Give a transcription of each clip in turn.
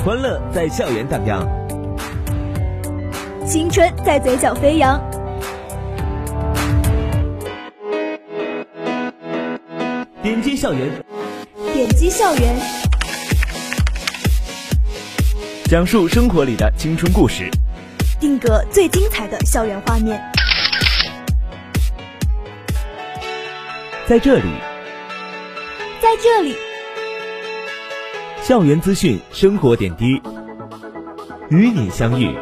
欢乐在校园荡漾， 青春在嘴角飞扬。 点击校园， 点击校园， 讲述生活里的青春故事， 定格最精彩的校园画面。 在这里， 校园资讯，生活点滴，与你相遇。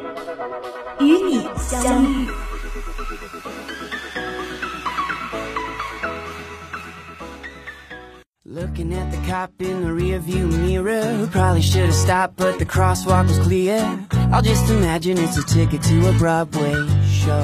Looking at the cop in the rearview mirror, probably should have stopped, but the crosswalk was clear. I'll just imagine it's a ticket to a Broadway show.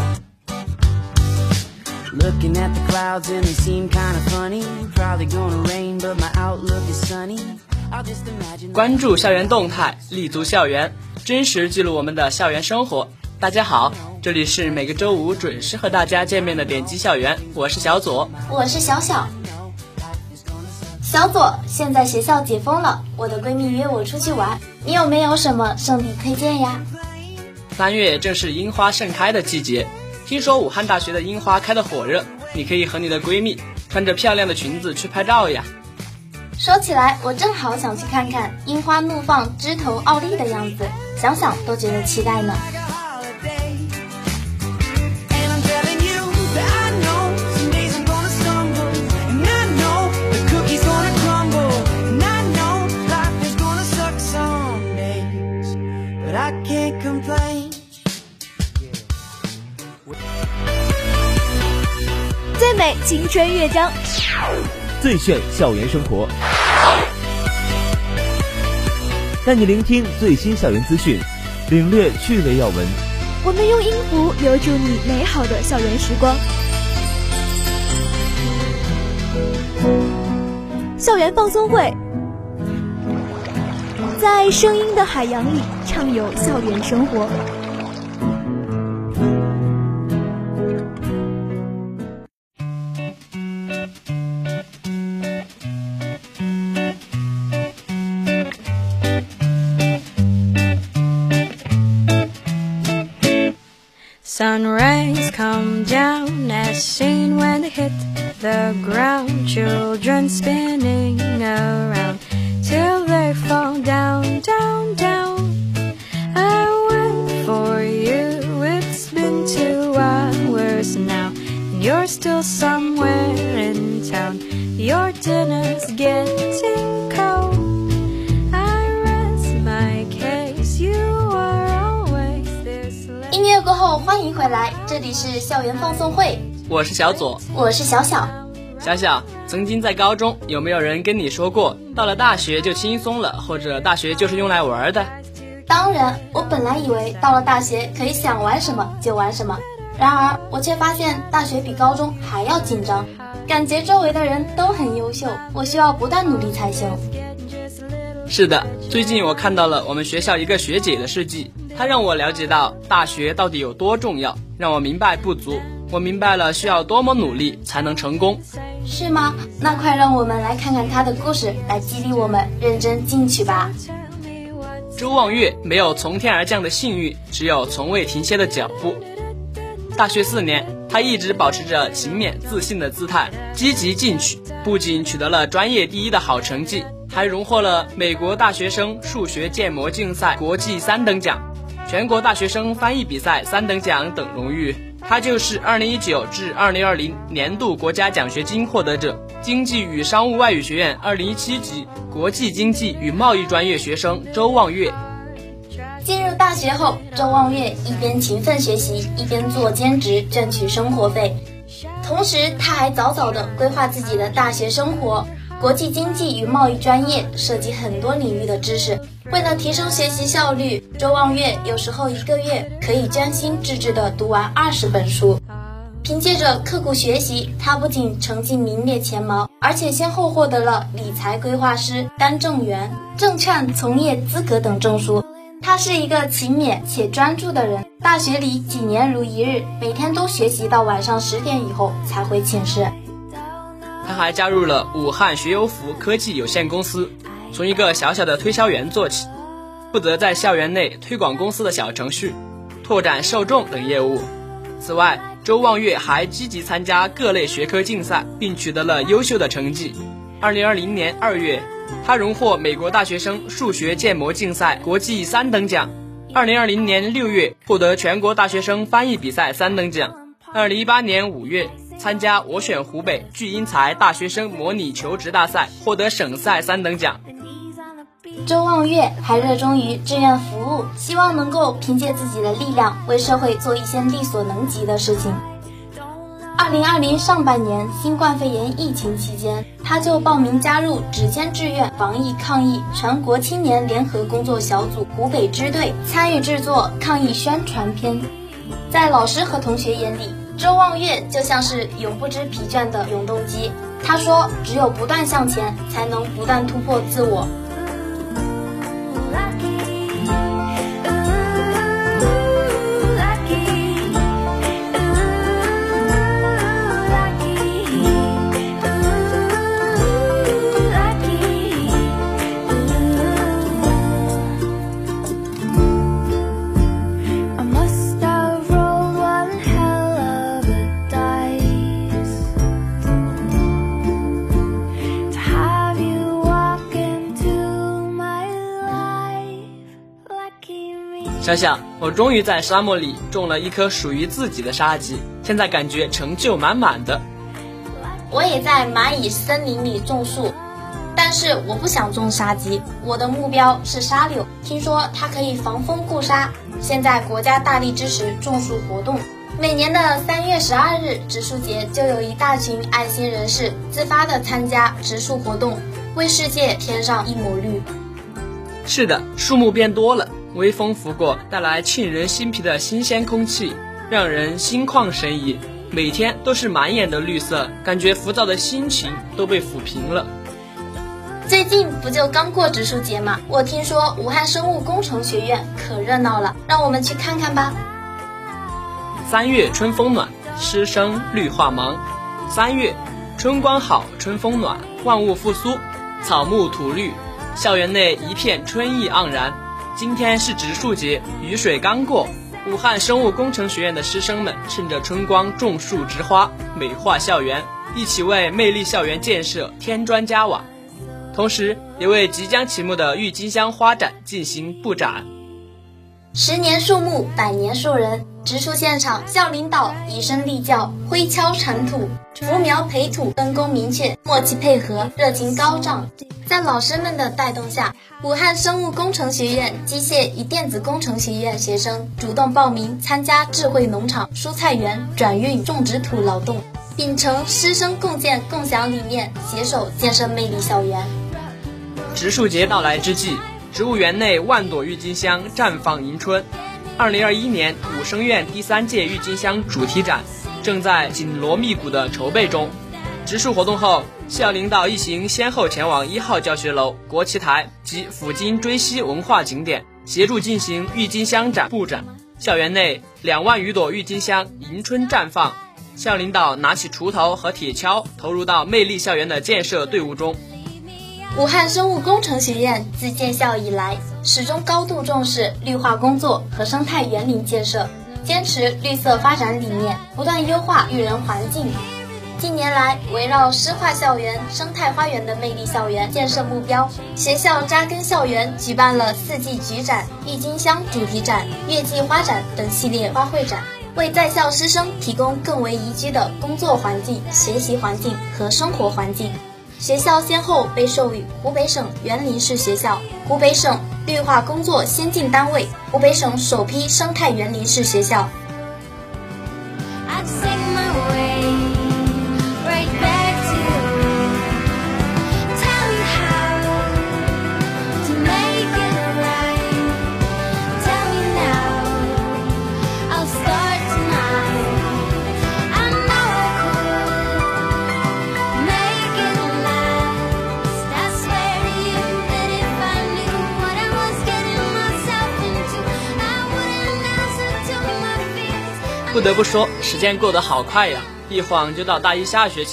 Looking at the clouds and they seem kind of funny. Probably gonna rain, but my outlook is sunny. I'll just imagine. 关注校园动态，立足校园，真实记录我们的校园生活。大家好，这里是每个周五准时和大家见面的点击校园，我是小左， 我是小小。小左，现在学校解封了，我的闺蜜约我出去玩，你有没有什么盛品推荐呀 ？3月正是樱花盛开的季节，听说武汉大学的樱花开得火热，你可以和你的闺蜜穿着漂亮的裙子去拍照呀。 说起来，我正好想去看看樱花怒放枝头傲立的样子，想想都觉得期待呢。 最美青春乐章， 最炫校园生活，带你聆听最新校园资讯，领略趣味要闻。 我们用音符留住你美好的校园时光。校园放松会，在声音的海洋里畅游校园生活。 Sun rays come down as seen when they hit the ground. Children spinning around till they fall down, down, down. I wait for you, it's been 2 hours now, and you're still somewhere in town. Your dinner's getting cold. I rest my case, you are always this late. 音乐过后，欢迎回来，这里是校园放送会。 我是小左， 我是小小。 小小，曾经在高中有没有人跟你说过，到了大学就轻松了，或者大学就是用来玩的？ 当然，我本来以为到了大学可以想玩什么就玩什么，然而我却发现大学比高中还要紧张，感觉周围的人都很优秀，我需要不断努力才行。 是的，最近我看到了我们学校一个学姐的事迹，她让我了解到大学到底有多重要，让我明白不足，我明白了需要多么努力才能成功。 是吗？那快让我们来看看她的故事，来激励我们认真进取吧。 周望月没有从天而降的幸运，只有从未停歇的脚步。大学4年，他一直保持着勤勉自信的姿态，积极进取，不仅取得了专业第1的好成绩，还荣获了美国大学生数学建模竞赛国际3等奖、全国大学生翻译比赛3等奖等荣誉。他就是2019至2020年度国家奖学金获得者，经济与商务外语学院2017级国际经济与贸易专业学生周望月。 进入大学后，周望月一边勤奋学习，一边做兼职赚取生活费，同时他还早早地规划自己的大学生活。国际经济与贸易专业涉及很多领域的知识，为了提升学习效率，周望月有时候1个月可以专心致志地读完20本书。凭借着刻苦学习，他不仅成绩名列前茅，而且先后获得了理财规划师、单证员、证券从业资格等证书。他是一个勤勉且专注的人，大学里几年如一日，每天都学习到晚上10点以后才回寝室。 他还加入了武汉学友府科技有限公司，从一个小小的推销员做起。 负责在校园内推广公司的小程序，拓展受众等业务。此外，周望月还积极参加各类学科竞赛，并取得了优秀的成绩。2020年2月，他荣获美国大学生数学建模竞赛国际3等奖。2020年6月，获得全国大学生翻译比赛3等奖。2018年5月，参加我选湖北巨婴才大学生模拟求职大赛，获得省赛3等奖。 周望月还热衷于志愿服务，希望能够凭借自己的力量为社会做一些力所能及的事情。2020上半年新冠肺炎疫情期间，他就报名加入指尖志愿防疫抗疫全国青年联合工作小组湖北支队，参与制作抗疫宣传片。在老师和同学眼里，周望月就像是永不知疲倦的永动机。他说，只有不断向前，才能不断突破自我。 想想，我终于在沙漠里种了一棵属于自己的沙棘，现在感觉成就满满的。 我也在蚂蚁森林里种树，但是我不想种沙棘，我的目标是沙柳。听说它可以防风固沙，现在国家大力支持种树活动。每年的3月12日植树节，就有一大群爱心人士自发地参加植树活动，为世界添上一抹绿。 是的，树木变多了，微风拂过，带来沁人心脾的新鲜空气，让人心旷神怡。每天都是满眼的绿色，感觉浮躁的心情都被抚平了。 最近不就刚过植树节吗？我听说武汉生物工程学院可热闹了，让我们去看看吧。 3月春风暖，师生绿化忙。3月，春光好，春风暖，万物复苏，草木土绿，校园内一片春意盎然。今天是植树节，雨水刚过，武汉生物工程学院的师生们趁着春光种树植花，美化校园，一起为魅力校园建设添砖加瓦，同时也为即将启幕的郁金香花展进行布展。 10年树木，100年树人。植树现场，校领导以身立教，挥锹铲土，扶苗培土，分工明确，默契配合，热情高涨。在老师们的带动下，武汉生物工程学院机械与电子工程学院学生主动报名参加智慧农场蔬菜园转运种植土劳动，秉承师生共建共享理念，携手建设魅力校园。 植树节到来之际，植物园内万朵郁金香绽放迎春。2021年武生院第3届郁金香主题展正在紧锣密鼓的筹备中。植树活动后，校领导一行先后前往1号教学楼、国旗台及抚今追昔文化景点，协助进行郁金香展布展。校园内2万余朵郁金香迎春绽放，校领导拿起锄头和铁锹，投入到魅力校园的建设队伍中。 武汉生物工程学院自建校以来，始终高度重视绿化工作和生态园林建设，坚持绿色发展理念，不断优化育人环境。近年来，围绕诗化校园、生态花园的魅力校园建设目标，学校扎根校园举办了4季菊展、郁金香主题展、月季花展等系列花卉展，为在校师生提供更为宜居的工作环境、学习环境和生活环境。学校先后被授予湖北省园林式学校、湖北省绿化工作先进单位、湖北省首批生态园林式学校。 不得不说，时间过得好快呀，一晃就到大一下学期了。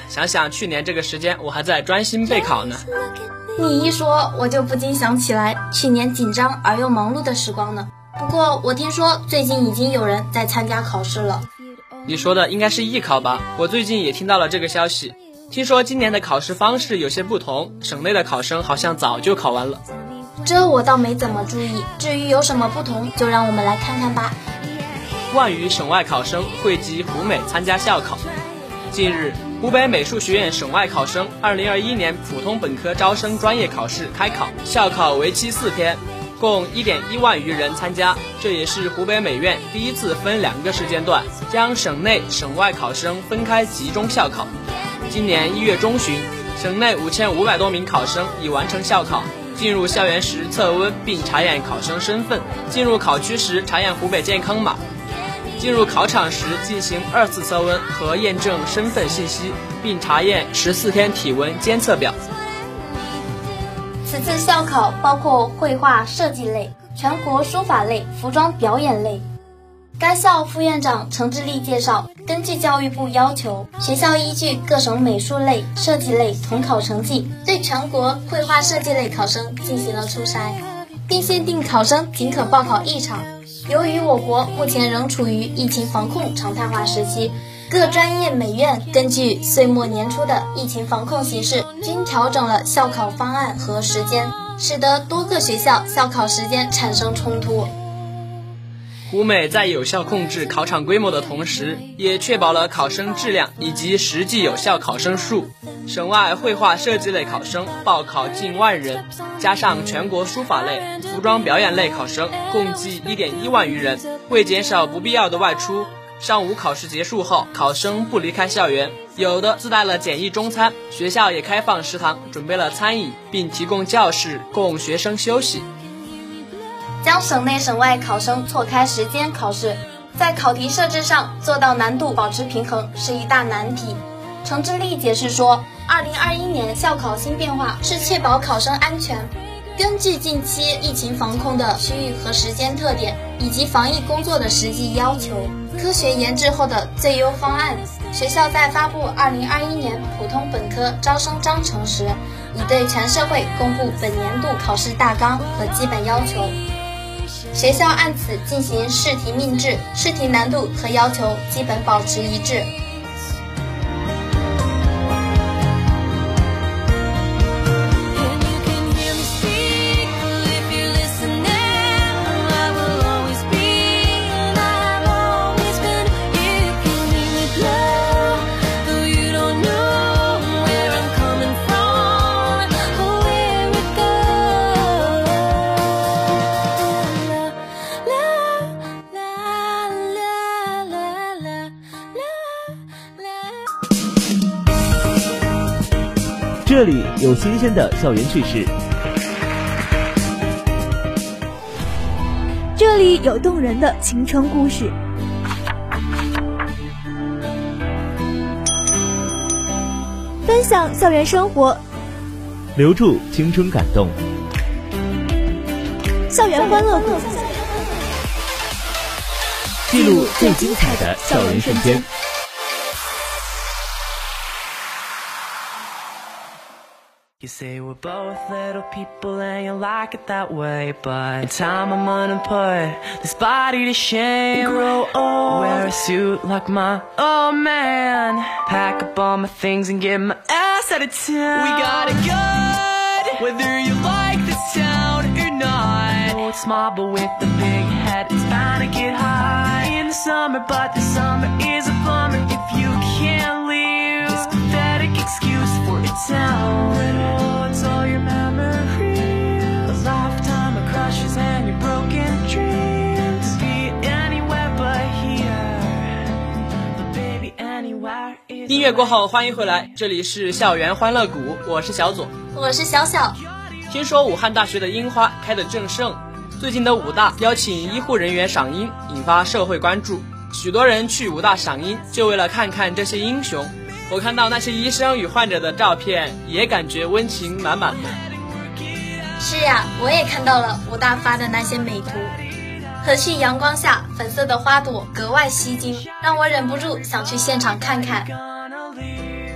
想想去年这个时间我还在专心备考呢。 你一说我就不禁想起来去年紧张而又忙碌的时光呢。不过我听说最近已经有人在参加考试了。 你说的应该是艺考吧？我最近也听到了这个消息，听说今年的考试方式有些不同，省内的考生好像早就考完了。 这我倒没怎么注意，至于有什么不同，就让我们来看看吧。 万余省外考生汇集湖美参加校考。近日，湖北美术学院省外考生2021年普通本科招生专业考试开考，校考为期4天，共1.1万余人参加。这也是湖北美院第一次分2个时间段，将省内省外考生分开集中校考。今年1月中旬，省内5500多名考生已完成校考。进入校园时测温并查验考生身份，进入考区时查验湖北健康码，进入考场时进行2次测温和验证身份信息，并查验14天体温监测表。 此次校考包括绘画设计类、全国书法类、服装表演类。该校副院长程志立介绍，根据教育部要求，学校依据各省美术类、设计类统考成绩，对全国绘画设计类考生进行了初筛，并限定考生仅可报考1场。由于我国目前仍处于疫情防控常态化时期，各专业美院根据岁末年初的疫情防控形势，均调整了校考方案和时间，使得多个学校校考时间产生冲突。 湖美在有效控制考场规模的同时，也确保了考生质量以及实际有效考生数。省外绘画设计类考生报考近1万人，加上全国书法类、服装表演类考生，共计1.1万余人。为减少不必要的外出，上午考试结束后，考生不离开校园，有的自带了简易中餐，学校也开放食堂，准备了餐饮，并提供教室供学生休息。 将省内省外考生错开时间考试，在考题设置上做到难度保持平衡是一大难题。程志立解释说，2021年校考新变化是确保考生安全，根据近期疫情防控的区域和时间特点，以及防疫工作的实际要求，科学研制后的最优方案，学校在发布2021年普通本科招生章程时，已对全社会公布本年度考试大纲和基本要求。学校按此进行试题命制，试题难度和要求基本保持一致。 这里有新鲜的校园趣事， 这里有动人的青春故事，分享校园生活， 留住青春感动， 校园欢乐谷， 记录最精彩的校园瞬间。 You say we're both little people and you like it that way, but in time I'm gonna put this body to shame. Grow old, wear a suit like my old man, pack up all my things and get my ass out of town. We got it good, whether you like this town or not. Oh, it's small but with the big head, it's bound to get high in the summer, but the summer is a bummer if you can't leave this pathetic excuse for a town. It's all your memories, a lifetime of crushes and your broken dreams. Be anywhere but here, but baby anywhere is. 音乐过后，欢迎回来，这里是校园欢乐谷，我是小左， 我是小小。 听说武汉大学的樱花开得正盛，最近的武大邀请医护人员赏樱，引发社会关注。许多人去武大赏樱，就为了看看这些英雄。我看到那些医生与患者的照片，也感觉温情满满的。 是呀，我也看到了武大发的那些美图，和煦阳光下粉色的花朵格外吸睛，让我忍不住想去现场看看。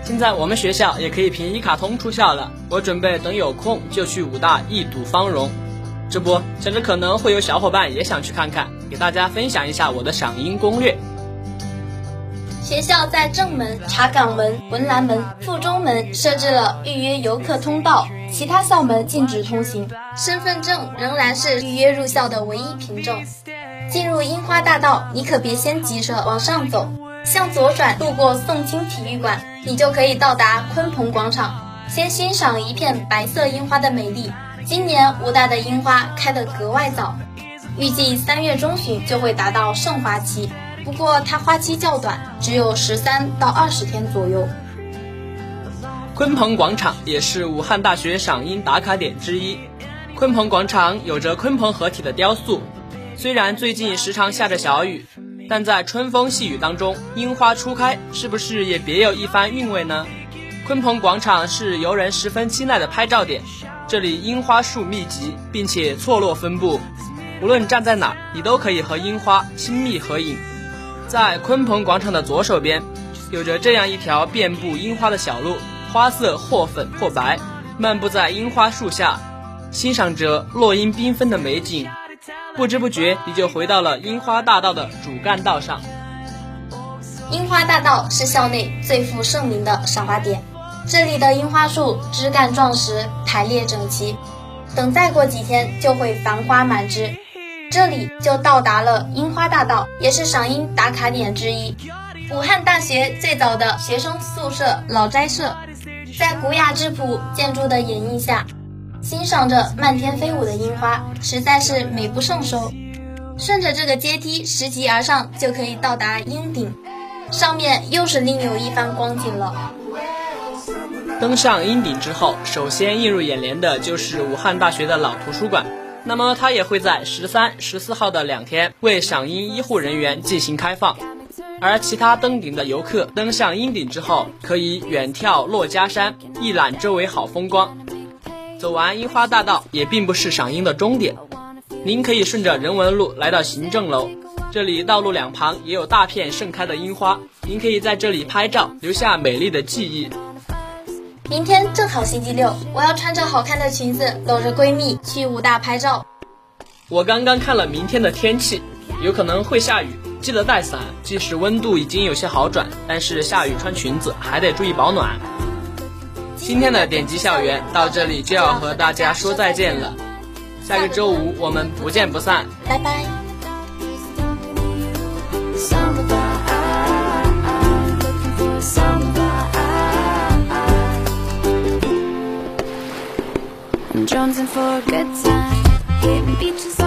现在我们学校也可以凭一卡通出校了，我准备等有空就去武大一睹芳容。这不，想着可能会有小伙伴也想去看看，给大家分享一下我的赏樱攻略。 学校在正门、查岗门、文澜门、附中门设置了预约游客通道，其他校门禁止通行，身份证仍然是预约入校的唯一凭证。进入樱花大道，你可别先急着往上走，向左转路过宋清体育馆，你就可以到达鲲鹏广场，先欣赏一片白色樱花的美丽。今年武大的樱花开得格外早，预计3月中旬就会达到盛花期，不过它花期较短，只有13到20天左右。 鲲鹏广场也是武汉大学赏樱打卡点之一。鲲鹏广场有着鲲鹏合体的雕塑，虽然最近时常下着小雨，但在春风细雨当中，樱花初开，是不是也别有一番韵味呢？鲲鹏广场是游人十分期待的拍照点，这里樱花树密集，并且错落分布，无论站在哪儿，你都可以和樱花亲密合影。在鲲鹏广场的左手边，有着这样一条遍布樱花的小路，花色或粉或白，漫步在樱花树下，欣赏着落樱缤纷的美景，不知不觉你就回到了樱花大道的主干道上。 樱花大道是校内最负盛名的赏花点，这里的樱花树枝干壮实，排列整齐，等再过几天就会繁花满枝。这里就到达了樱花大道，也是赏樱打卡点之一。武汉大学最早的学生宿舍老斋社，在古雅质朴建筑的掩映下，欣赏着漫天飞舞的樱花，实在是美不胜收。顺着这个阶梯拾级而上，就可以到达樱顶，上面又是另有一番光景了。 登上樱顶之后，首先映入眼帘的就是武汉大学的老图书馆，那么它也会在13、14号的2天为赏樱医护人员进行开放。而其他登顶的游客登上樱顶之后，可以远眺珞珈山，一览周围好风光。走完樱花大道也并不是赏樱的终点，您可以顺着人文路来到行政楼，这里道路两旁也有大片盛开的樱花，您可以在这里拍照，留下美丽的记忆。 明天正好星期六，我要穿着好看的裙子，搂着闺蜜去武大拍照。 我刚刚看了明天的天气，有可能会下雨，记得带伞，即使温度已经有些好转，但是下雨穿裙子还得注意保暖。今天的点击校园到这里就要和大家说再见了，下个周五我们不见不散， 拜拜。 Jonesing for a good time, hitting beaches